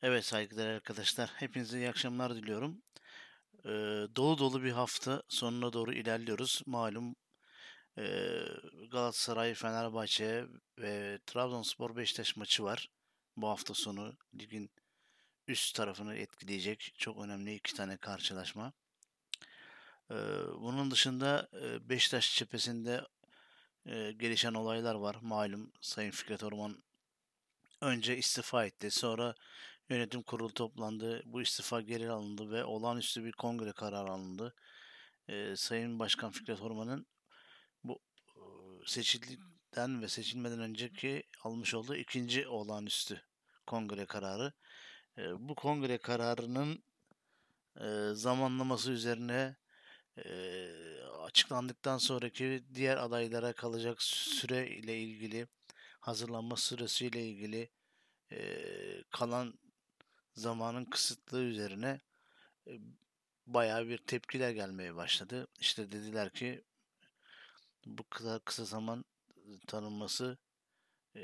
Evet saygıdeğer arkadaşlar. Hepinize iyi akşamlar diliyorum. Ee, Dolu dolu bir hafta sonuna doğru ilerliyoruz. Malum ee, Galatasaray, Fenerbahçe ve Trabzonspor Beşiktaş maçı var. Bu hafta sonu ligin üst tarafını etkileyecek çok önemli iki tane karşılaşma. Ee, Bunun dışında Beşiktaş cephesinde gelişen olaylar var. Malum Sayın Fikret Orman önce istifa etti. Sonra yönetim kurulu toplandı. Bu istifa geri alındı ve olağanüstü bir kongre kararı alındı. Sayın Başkan Fikret Orman'ın bu e, seçildikten ve seçilmeden önceki almış olduğu ikinci olağanüstü kongre kararı. Bu kongre kararının zamanlaması üzerine açıklandıktan sonraki diğer adaylara kalacak süre ile ilgili, hazırlanma süresiyle ilgili kalan zamanın kısıtlığı üzerine e, bayağı bir tepkiler gelmeye başladı. İşte dediler ki bu kadar kısa zaman tanınması e,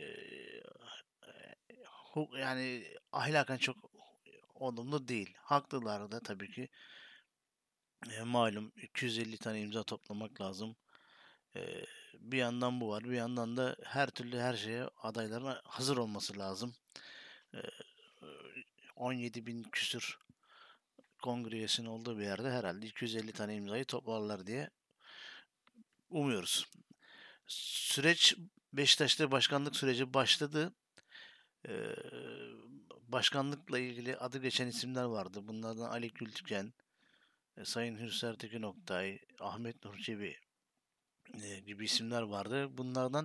yani ahlaken çok olumlu değil. Haklılar da tabii ki. Malum 250 tane imza toplamak lazım. E, Bir yandan bu var, bir yandan da her türlü her şeye adayların hazır olması lazım. E, 17 bin küsür kongre üyesinin olduğu bir yerde herhalde 250 tane imzayı toplarlar diye umuyoruz. Süreç Beşiktaş'ta başkanlık süreci başladı. Ee, Başkanlıkla ilgili adı geçen isimler vardı. Bunlardan Ali Gültüken, Sayın Hürser Tekin Oktay, Ahmet Nur Çebi gibi isimler vardı. Bunlardan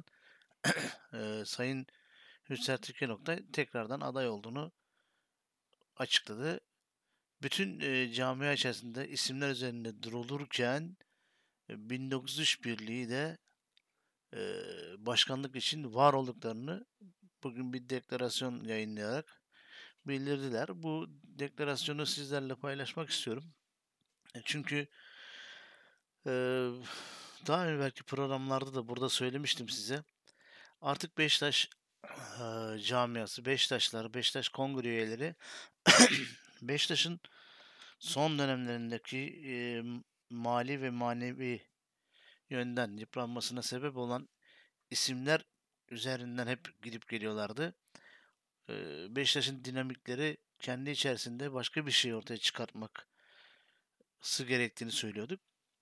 Sayın Hürser Tekin Oktay tekrardan aday olduğunu açıkladı. Bütün camia içerisinde isimler üzerinde durulurken 1903 Birliği de e, başkanlık için var olduklarını bugün bir deklarasyon yayınlayarak bildirdiler. Bu deklarasyonu sizlerle paylaşmak istiyorum. Çünkü e, daha evvelki programlarda da burada söylemiştim size. Artık Beşiktaş camiası, Beşiktaşlar, Beşiktaş kongre üyeleri Beşiktaş'ın son dönemlerindeki mali ve manevi yönden yıpranmasına sebep olan isimler üzerinden hep gidip geliyorlardı. Beşiktaş'ın dinamikleri kendi içerisinde başka bir şey ortaya çıkartması gerektiğini söylüyorduk.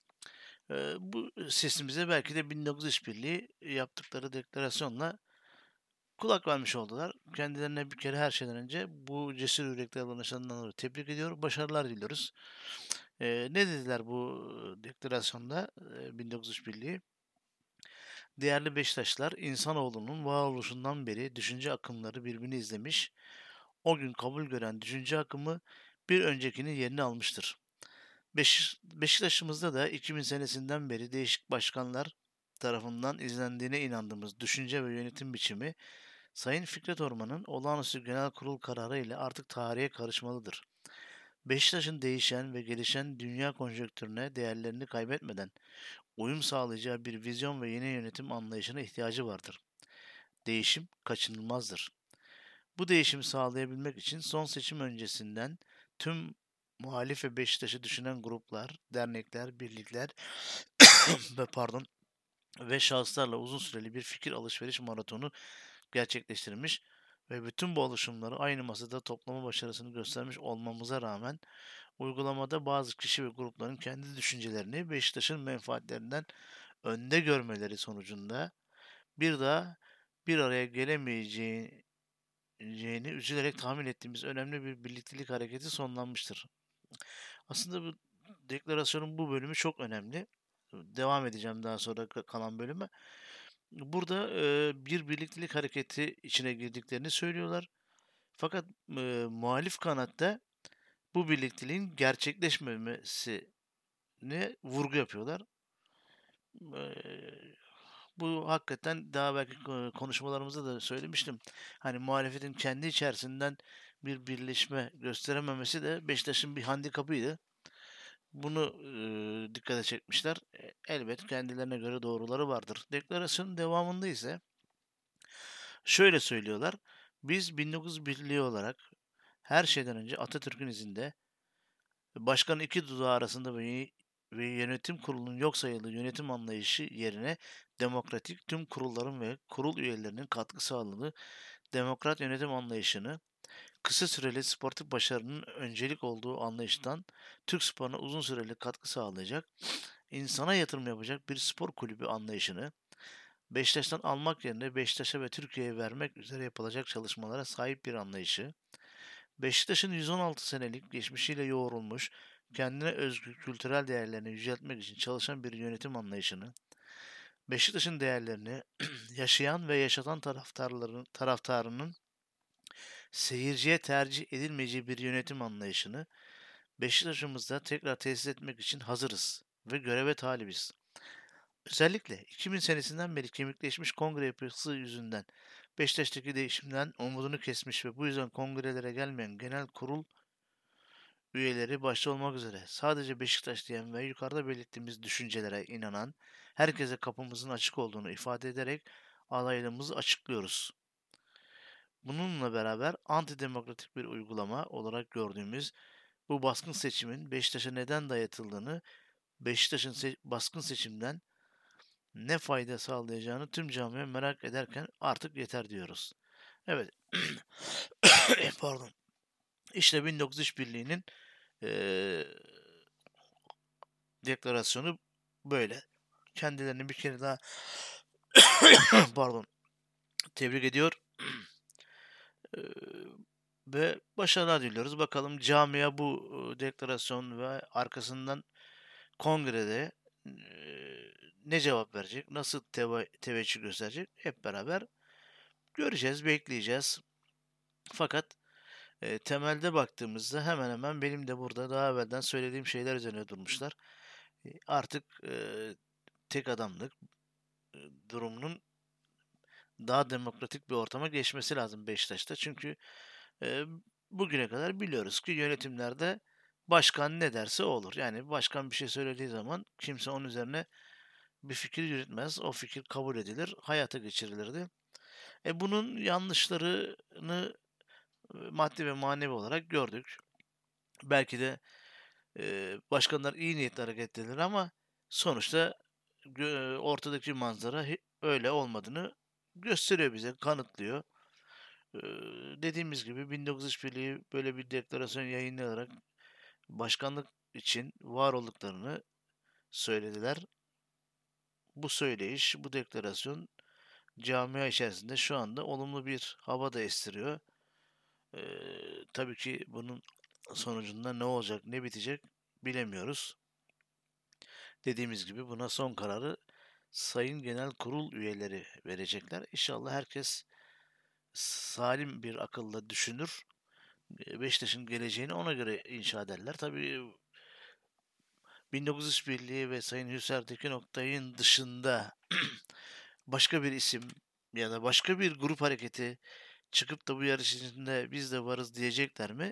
Bu sesimize belki de 19 işbirliği yaptıkları deklarasyonla kulak vermiş oldular. Kendilerine bir kere her şeyden önce bu cesur yürekli davranışlarından dolayı tebrik ediyor, başarılar diliyoruz. Ne dediler bu deklarasyonda 19 işbirliği? Değerli Beşiktaşlar, insanoğlunun varoluşundan beri düşünce akımları birbirini izlemiş, o gün kabul gören düşünce akımı bir öncekinin yerini almıştır. Beşiktaş'ımızda da 2000 senesinden beri değişik başkanlar tarafından izlendiğine inandığımız düşünce ve yönetim biçimi Sayın Fikret Orman'ın olağanüstü genel kurul kararı ile artık tarihe karışmalıdır. Beşiktaş'ın değişen ve gelişen dünya konjonktürüne değerlerini kaybetmeden uyum sağlayacağı bir vizyon ve yeni yönetim anlayışına ihtiyacı vardır. Değişim kaçınılmazdır. Bu değişimi sağlayabilmek için son seçim öncesinden tüm muhalif ve Beşiktaş'ı düşünen gruplar, dernekler, birlikler ve ve şahıslarla uzun süreli bir fikir alışveriş maratonu gerçekleştirmiş ve bütün bu oluşumları aynı masada toplama başarısını göstermiş olmamıza rağmen uygulamada bazı kişi ve grupların kendi düşüncelerini Beşiktaş'ın menfaatlerinden önde görmeleri sonucunda bir daha bir araya gelemeyeceğini üzülerek tahmin ettiğimiz önemli bir birliktelik hareketi sonlanmıştır. Aslında bu deklarasyonun bu bölümü çok önemli. Devam edeceğim daha sonra kalan bölüme. Burada bir birliktelik hareketi içine girdiklerini söylüyorlar. Fakat muhalif kanatta bu birlikteliğin gerçekleşmemesine vurgu yapıyorlar. Eee, Bu hakikaten daha belki konuşmalarımızda da söylemiştim. Hani muhalefetin kendi içerisinden bir birleşme gösterememesi de Beşiktaş'ın bir handikapıydı. Bunu dikkate çekmişler. Elbet kendilerine göre doğruları vardır. Deklarasyonun devamında ise şöyle söylüyorlar. Biz 1901'li olarak her şeyden önce Atatürk'ün izinde başkanın iki dudağı arasında ve yönetim kurulunun yok sayıldığı yönetim anlayışı yerine demokratik tüm kurulların ve kurul üyelerinin katkı sağladığı demokrat yönetim anlayışını, kısa süreli sportif başarının öncelik olduğu anlayıştan Türk sporuna uzun süreli katkı sağlayacak, insana yatırım yapacak bir spor kulübü anlayışını, Beşiktaş'tan almak yerine Beşiktaş'a ve Türkiye'ye vermek üzere yapılacak çalışmalara sahip bir anlayışı, Beşiktaş'ın 116 senelik geçmişiyle yoğrulmuş, kendine özgü kültürel değerlerini yüceltmek için çalışan bir yönetim anlayışını, Beşiktaş'ın değerlerini yaşayan ve yaşatan taraftarının seyirciye tercih edilmeyeceği bir yönetim anlayışını Beşiktaş'ımızda tekrar tesis etmek için hazırız ve göreve talibiz. Özellikle 2000 senesinden beri kemikleşmiş kongre yapısı yüzünden Beşiktaş'taki değişimden umudunu kesmiş ve bu yüzden kongrelere gelmeyen genel kurul üyeleri başta olmak üzere sadece Beşiktaş diyen ve yukarıda belirttiğimiz düşüncelere inanan herkese kapımızın açık olduğunu ifade ederek adaylığımızı açıklıyoruz. Bununla beraber antidemokratik bir uygulama olarak gördüğümüz bu baskın seçimin Beşiktaş'a neden dayatıldığını, Beşiktaş'ın baskın seçimden ne fayda sağlayacağını tüm camia merak ederken artık yeter diyoruz. Evet, pardon. İşte 19 İşbirliği'nin eee deklarasyonu böyle. Kendilerini bir kere daha pardon tebrik ediyor. Eee, ve başarılar diliyoruz. Bakalım camia bu deklarasyon ve arkasından kongrede ne cevap verecek, nasıl teveccüh gösterecek hep beraber göreceğiz, bekleyeceğiz. Fakat temelde baktığımızda hemen hemen benim de burada daha evvelden söylediğim şeyler üzerine durmuşlar. Artık tek adamlık durumunun daha demokratik bir ortama geçmesi lazım Beşiktaş'ta. Çünkü e, bugüne kadar biliyoruz ki yönetimlerde başkan ne derse o olur. Yani başkan bir şey söylediği zaman kimse onun üzerine bir fikir yürütmez. O fikir kabul edilir, hayata geçirilirdi. Bunun yanlışlarını maddi ve manevi olarak gördük. Belki de başkanlar iyi niyetli hareket edilir ama sonuçta ortadaki manzara öyle olmadığını gösteriyor bize, kanıtlıyor. Eee, dediğimiz gibi 19 İşbirliği böyle bir deklarasyon yayınlayarak başkanlık için var olduklarını söylediler. Bu söyleyiş, bu deklarasyon camia içerisinde şu anda olumlu bir hava da estiriyor. Tabii ki bunun sonucunda ne olacak, ne bitecek bilemiyoruz. Dediğimiz gibi buna son kararı Sayın Genel Kurul üyeleri verecekler. İnşallah herkes salim bir akılla düşünür. Beşiktaş'ın geleceğini ona göre inşa ederler. Tabii 1900 İşbirliği ve Sayın Hüser Tekin Oktay'ın dışında başka bir isim ya da başka bir grup hareketi çıkıp da bu yarış içinde biz de varız diyecekler mi?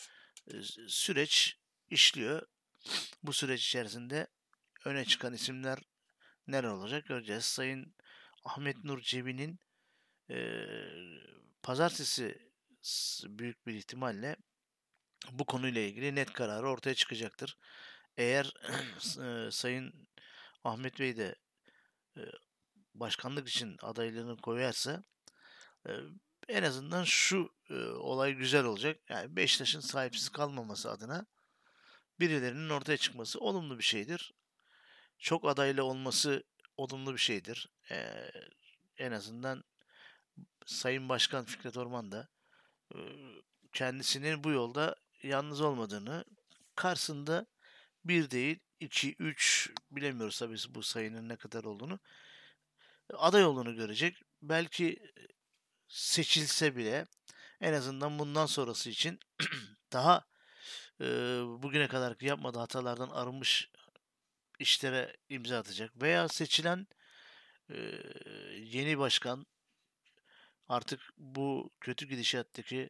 Süreç işliyor. Bu süreç içerisinde öne çıkan isimler neler olacak göreceğiz. Sayın Ahmet Nur Çebi'nin eee pazartesi büyük bir ihtimalle bu konuyla ilgili net kararı ortaya çıkacaktır. Eğer Sayın Ahmet Bey de eee, başkanlık için adaylığını koyarsa eee, en azından şu olay güzel olacak. Yani Beşiktaş'ın sahipsiz kalmaması adına birilerinin ortaya çıkması olumlu bir şeydir. Çok adaylı olması olumlu bir şeydir. En azından Sayın Başkan Fikret Orman da e, kendisinin bu yolda yalnız olmadığını, karşısında bir değil, iki, üç bilemiyoruz tabii bu sayının ne kadar olduğunu, aday olduğunu görecek. Belki seçilse bile en azından bundan sonrası için daha e, bugüne kadarki yapmadığı hatalardan arınmış işlere imza atacak. Veya seçilen e, yeni başkan artık bu kötü gidişattaki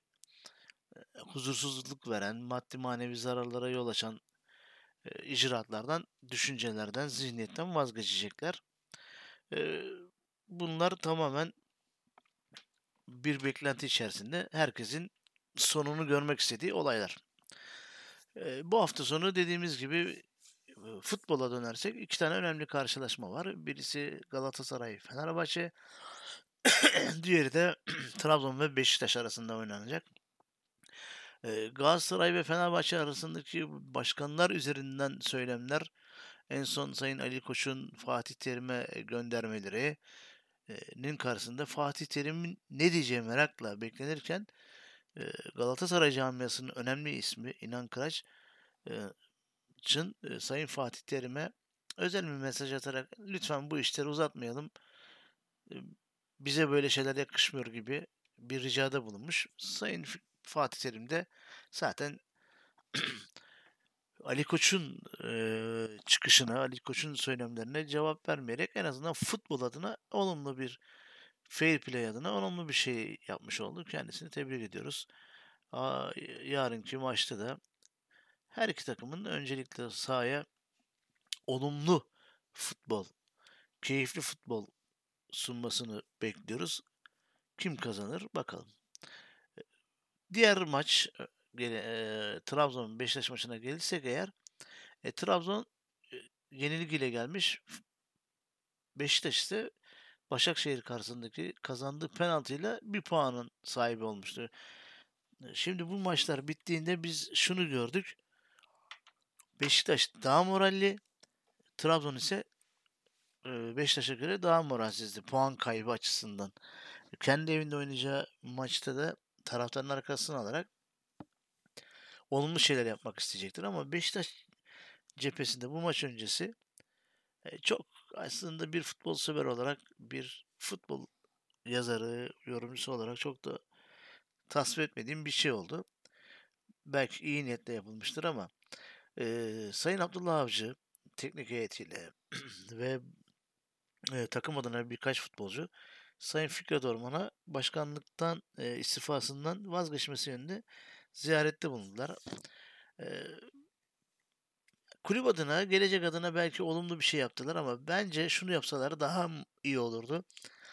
huzursuzluk veren, maddi manevi zararlara yol açan icraatlardan, düşüncelerden, zihniyetten vazgeçecekler. E, bunlar tamamen bir beklenti içerisinde herkesin sonunu görmek istediği olaylar. Bu hafta sonu dediğimiz gibi futbola dönersek 2 tane önemli karşılaşma var. Birisi Galatasaray-Fenerbahçe, diğeri de Trabzon ve Beşiktaş arasında oynanacak. Galatasaray ve Fenerbahçe arasındaki başkanlar üzerinden söylemler, en son Sayın Ali Koç'un Fatih Terim'e göndermelerinin karşısında Fatih Terim'in ne diyeceği merakla beklenirken Galatasaray camiasının önemli ismi İnan Kıraç Sayın Fatih Terim'e özel bir mesaj atarak lütfen bu işleri uzatmayalım, e, bize böyle şeyler yakışmıyor gibi bir ricada bulunmuş. Sayın Fatih Terim de zaten Ali Koç'un çıkışına, Ali Koç'un söylemlerine cevap vermeyerek en azından futbol adına olumlu bir fair play adına olumlu bir şey yapmış oldu. Kendisini tebrik ediyoruz. Yarınki maçta da her iki takımın öncelikle sahaya olumlu futbol, keyifli futbol sunmasını bekliyoruz. Kim kazanır bakalım. Diğer maç Trabzon Beşiktaş maçına gelirsek eğer Trabzon yenilgiyle gelmiş. Beşiktaş ise Başakşehir karşısındaki kazandığı penaltıyla bir puanın sahibi olmuştu. Şimdi bu maçlar bittiğinde biz şunu gördük. Beşiktaş daha moralli, Trabzon ise Beşiktaş'a göre daha moralsizdi puan kaybı açısından. Kendi evinde oynayacağı maçta da taraftarın arkasını alarak olumlu şeyler yapmak isteyecektir ama Beşiktaş cephesinde bu maç öncesi çok aslında bir futbol sever olarak, bir futbol yazarı, yorumcusu olarak çok da tasvip etmediğim bir şey oldu. Belki iyi niyetle yapılmıştır ama Sayın Abdullah Avcı teknik heyetiyle ve takım adına birkaç futbolcu Sayın Fikret Orman'a başkanlıktan istifasından vazgeçmesi yönünde ziyarette bulundular. E, Kulüp adına, gelecek adına belki olumlu bir şey yaptılar ama bence şunu yapsalar daha iyi olurdu.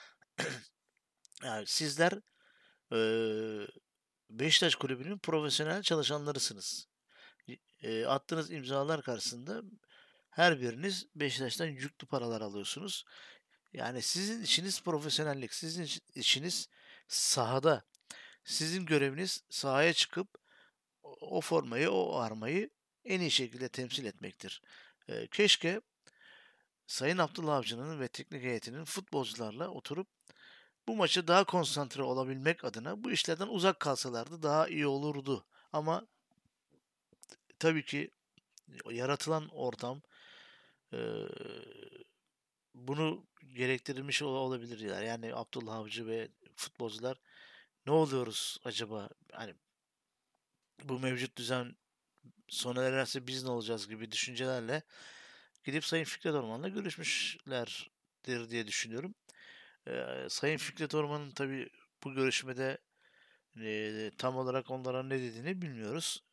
Yani sizler eee Beşiktaş Kulübü'nün profesyonel çalışanlarısınız. Attığınız imzalar karşısında her biriniz Beşiktaş'tan yüklü paralar alıyorsunuz. Yani sizin işiniz profesyonellik, sizin işiniz sahada. Sizin göreviniz sahaya çıkıp o formayı, o armayı en iyi şekilde temsil etmektir. Keşke Sayın Abdullah Avcı'nın ve teknik heyetinin futbolcularla oturup bu maçı daha konsantre olabilmek adına bu işlerden uzak kalsalardı daha iyi olurdu. Ama tabii ki yaratılan ortam eee, bunu gerektirmiş olabilirler. Yani Abdullah Avcı ve futbolcular ne oluyoruz acaba? Hani bu mevcut düzen sona ererse biz ne olacağız gibi düşüncelerle gidip Sayın Fikret Orman'la görüşmüşlerdir diye düşünüyorum. Sayın Fikret Orman'ın tabii bu görüşmede tam olarak onlara ne dediğini bilmiyoruz.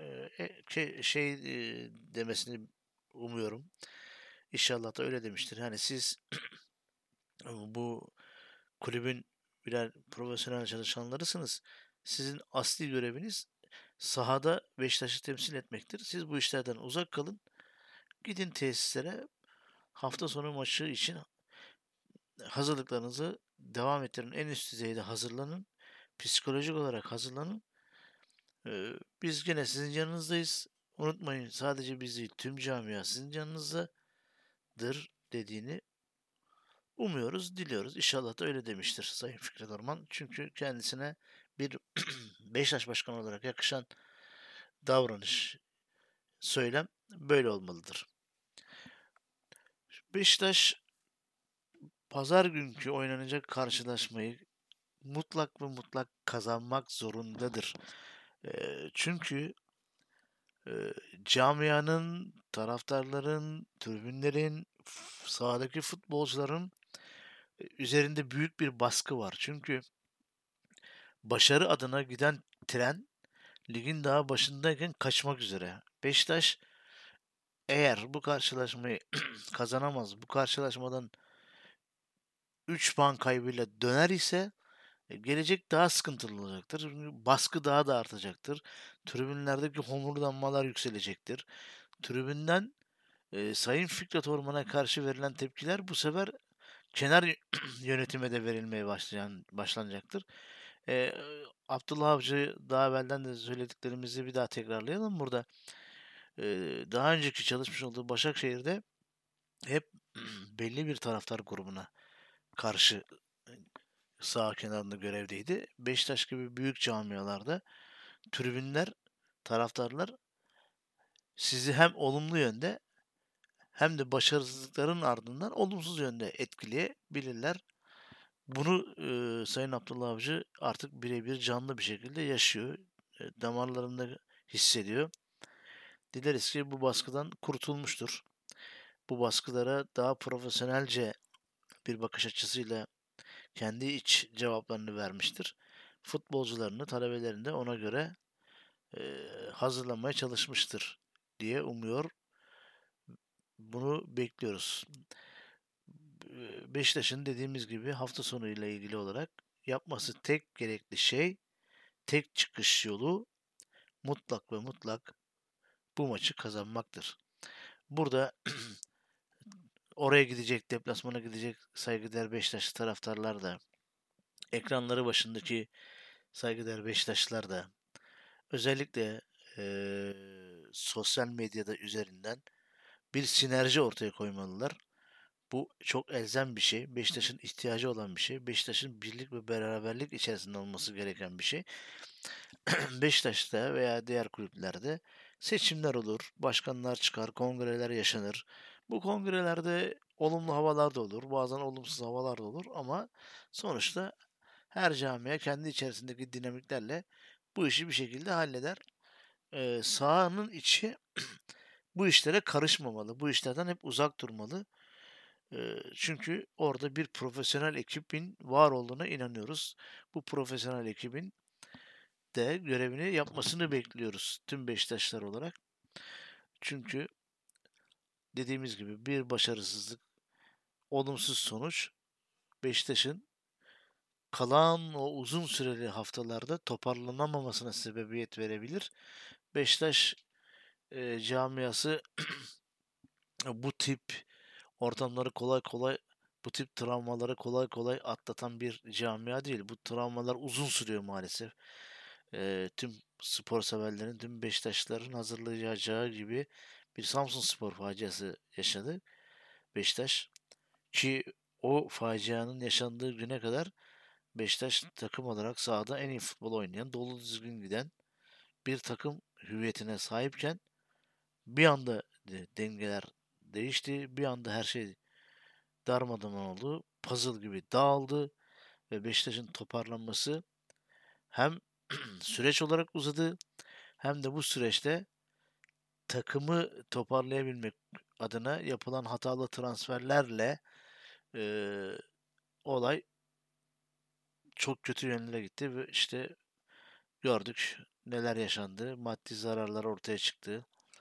Demesini umuyorum. İnşallah da öyle demiştir. Hani siz bu kulübün birer profesyonel çalışanlarısınız. Sizin asli göreviniz sahada Beşiktaş'ı temsil etmektir. Siz bu işlerden uzak kalın. Gidin tesislere hafta sonu maçı için hazırlıklarınızı devam ettirin. En üst düzeyde hazırlanın. Psikolojik olarak hazırlanın. Biz gene sizin yanınızdayız. Unutmayın sadece biz değil tüm camia sizin yanınızdadır dediğini umuyoruz, diliyoruz. İnşallah da öyle demiştir Sayın Fikret Orman. Çünkü kendisine bir Beşiktaş Başkanı olarak yakışan davranış, söylem böyle olmalıdır. Beşiktaş pazar günkü oynanacak karşılaşmayı mutlak ve mutlak kazanmak zorundadır. Çünkü e, camianın, taraftarların, tribünlerin, sahadaki futbolcuların üzerinde büyük bir baskı var. Çünkü başarı adına giden tren ligin daha başındayken kaçmak üzere. Beşiktaş eğer bu karşılaşmayı kazanamaz, bu karşılaşmadan 3 puan kaybıyla döner ise Gelecek daha sıkıntılı olacaktır. Çünkü baskı daha da artacaktır. Tribünlerdeki homurdanmalar yükselecektir. Tribünden Sayın Fikret Orman'a karşı verilen tepkiler bu sefer kenar yönetime de verilmeye başlanacaktır. Eee, Abdullah Avcı daha evvelden de söylediklerimizi bir daha tekrarlayalım burada. Daha önceki çalışmış olduğu Başakşehir'de hep belli bir taraftar grubuna karşı sağ kenarında görevdeydi. Beşiktaş gibi büyük camialarda tribünler, taraftarlar sizi hem olumlu yönde hem de başarısızlıkların ardından olumsuz yönde etkileyebilirler. Bunu Sayın Abdullah Avcı artık birebir canlı bir şekilde yaşıyor. Damarlarında hissediyor. Dileriz ki bu baskıdan kurtulmuştur. Bu baskılara daha profesyonelce bir bakış açısıyla kendi iç cevaplarını vermiştir. Futbolcularını, talebelerini de ona göre hazırlamaya çalışmıştır diye umuyor. Bunu bekliyoruz. Beşiktaş'ın dediğimiz gibi hafta sonu ile ilgili olarak yapması tek gerekli şey, tek çıkış yolu mutlak ve mutlak bu maçı kazanmaktır. Burada oraya gidecek, deplasmana gidecek saygıdeğer Beşiktaşlı taraftarlar da, ekranları başındaki saygıdeğer Beşiktaşlılar da özellikle sosyal medyada üzerinden bir sinerji ortaya koymalılar. Bu çok elzem bir şey. Beşiktaş'ın ihtiyacı olan bir şey. Beşiktaş'ın birlik ve beraberlik içerisinde olması gereken bir şey. Beşiktaş'ta veya diğer kulüplerde seçimler olur, başkanlar çıkar, kongreler yaşanır. Bu kongrelerde olumlu havalar da olur, bazen olumsuz havalar da olur ama sonuçta her camia kendi içerisindeki dinamiklerle bu işi bir şekilde halleder. Sahanın içi bu işlere karışmamalı, bu işlerden hep uzak durmalı. Çünkü orada bir profesyonel ekibin var olduğuna inanıyoruz. Bu profesyonel ekibin de görevini yapmasını bekliyoruz tüm Beşiktaşlar olarak. Çünkü dediğimiz gibi bir başarısızlık, olumsuz sonuç Beşiktaş'ın kalan o uzun süreli haftalarda toparlanamamasına sebebiyet verebilir. Beşiktaş camiası bu tip ortamları kolay kolay bu tip travmaları kolay kolay atlatan bir camia değil. Bu travmalar uzun sürüyor maalesef. Tüm spor severlerin, tüm Beşiktaşlıların hazırlayacağı gibi bir Samsunspor faciası yaşadı Beşiktaş. Ki o facianın yaşandığı güne kadar Beşiktaş takım olarak sahada en iyi futbol oynayan, dolu düzgün giden bir takım hüviyetine sahipken bir anda dengeler değişti. Bir anda her şey darmadağın oldu. Puzzle gibi dağıldı ve Beşiktaş'ın toparlanması hem süreç olarak uzadı hem de bu süreçte takımı toparlayabilmek adına yapılan hatalı transferlerle eee, olay çok kötü yönlere gitti ve işte gördük neler yaşandı. Maddi zararlar ortaya çıktı.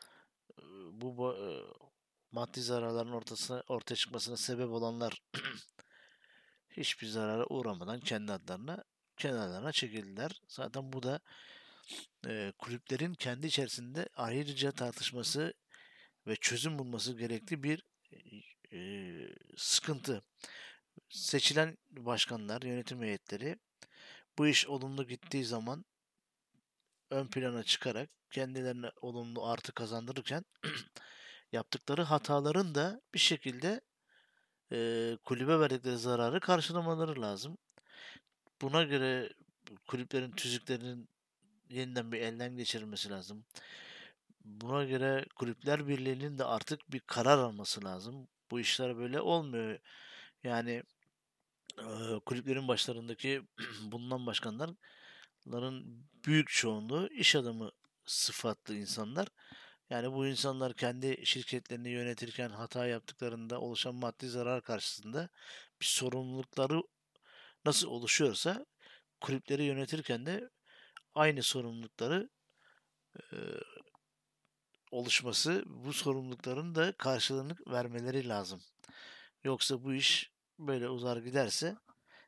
Bu maddi zararların ortaya çıkmasına sebep olanlar hiçbir zarara uğramadan kendi adlarına kenarlarına çekildiler. Zaten bu da kulüplerin kendi içerisinde ayrıca tartışması ve çözüm bulması gerektiği bir sıkıntı. Seçilen başkanlar, yönetim heyetleri bu iş olumlu gittiği zaman ön plana çıkarak kendilerine olumlu artı kazandırırken yaptıkları hataların da bir şekilde kulübe verdikleri zararı karşılamaları lazım. Buna göre kulüplerin tüzüklerinin yeniden bir elden geçirilmesi lazım. Buna göre Kulüpler Birliği'nin de artık bir karar alması lazım. Bu işler böyle olmuyor. Yani kulüplerin başlarındaki bulunan başkanların büyük çoğunluğu iş adamı sıfatlı insanlar. Yani bu insanlar kendi şirketlerini yönetirken hata yaptıklarında oluşan maddi zarar karşısında bir sorumlulukları nasıl oluşuyorsa kulüpleri yönetirken de aynı sorumlulukları e, oluşması, bu sorumlulukların da karşılığını vermeleri lazım. Yoksa bu iş böyle uzar giderse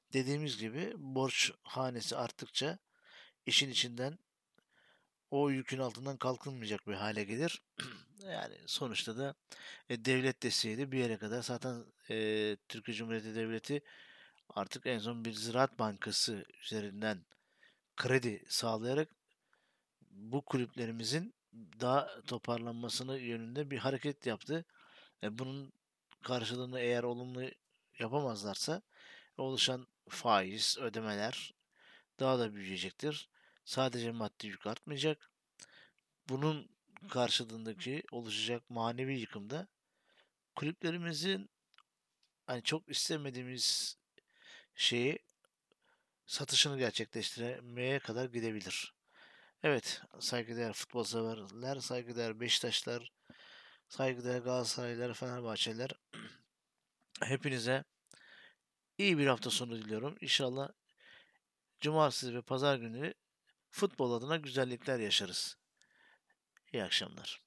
Dediğimiz gibi borç hanesi arttıkça işin içinden o yükün altından kalkılmayacak bir hale gelir. Yani sonuçta da devlet desteği de bir yere kadar zaten Türkiye Cumhuriyeti Devleti artık en son bir Ziraat Bankası üzerinden kredi sağlayarak bu kulüplerimizin daha toparlanmasını yönünde bir hareket yaptı. Bunun karşılığını eğer olumlu yapamazlarsa oluşan faiz, ödemeler daha da büyüyecektir. Sadece maddi yük artmayacak. Bunun karşılığındaki oluşacak manevi yıkımda kulüplerimizin hani çok istemediğimiz şeyi satışını gerçekleştirmeye kadar gidebilir. Evet, saygıdeğer futbol severler, saygıdeğer Beşiktaşlar, saygıdeğer Galatasaraylılar, Fenerbahçeliler. Hepinize iyi bir hafta sonu diliyorum. İnşallah cumartesi ve pazar günü futbol adına güzellikler yaşarız. İyi akşamlar.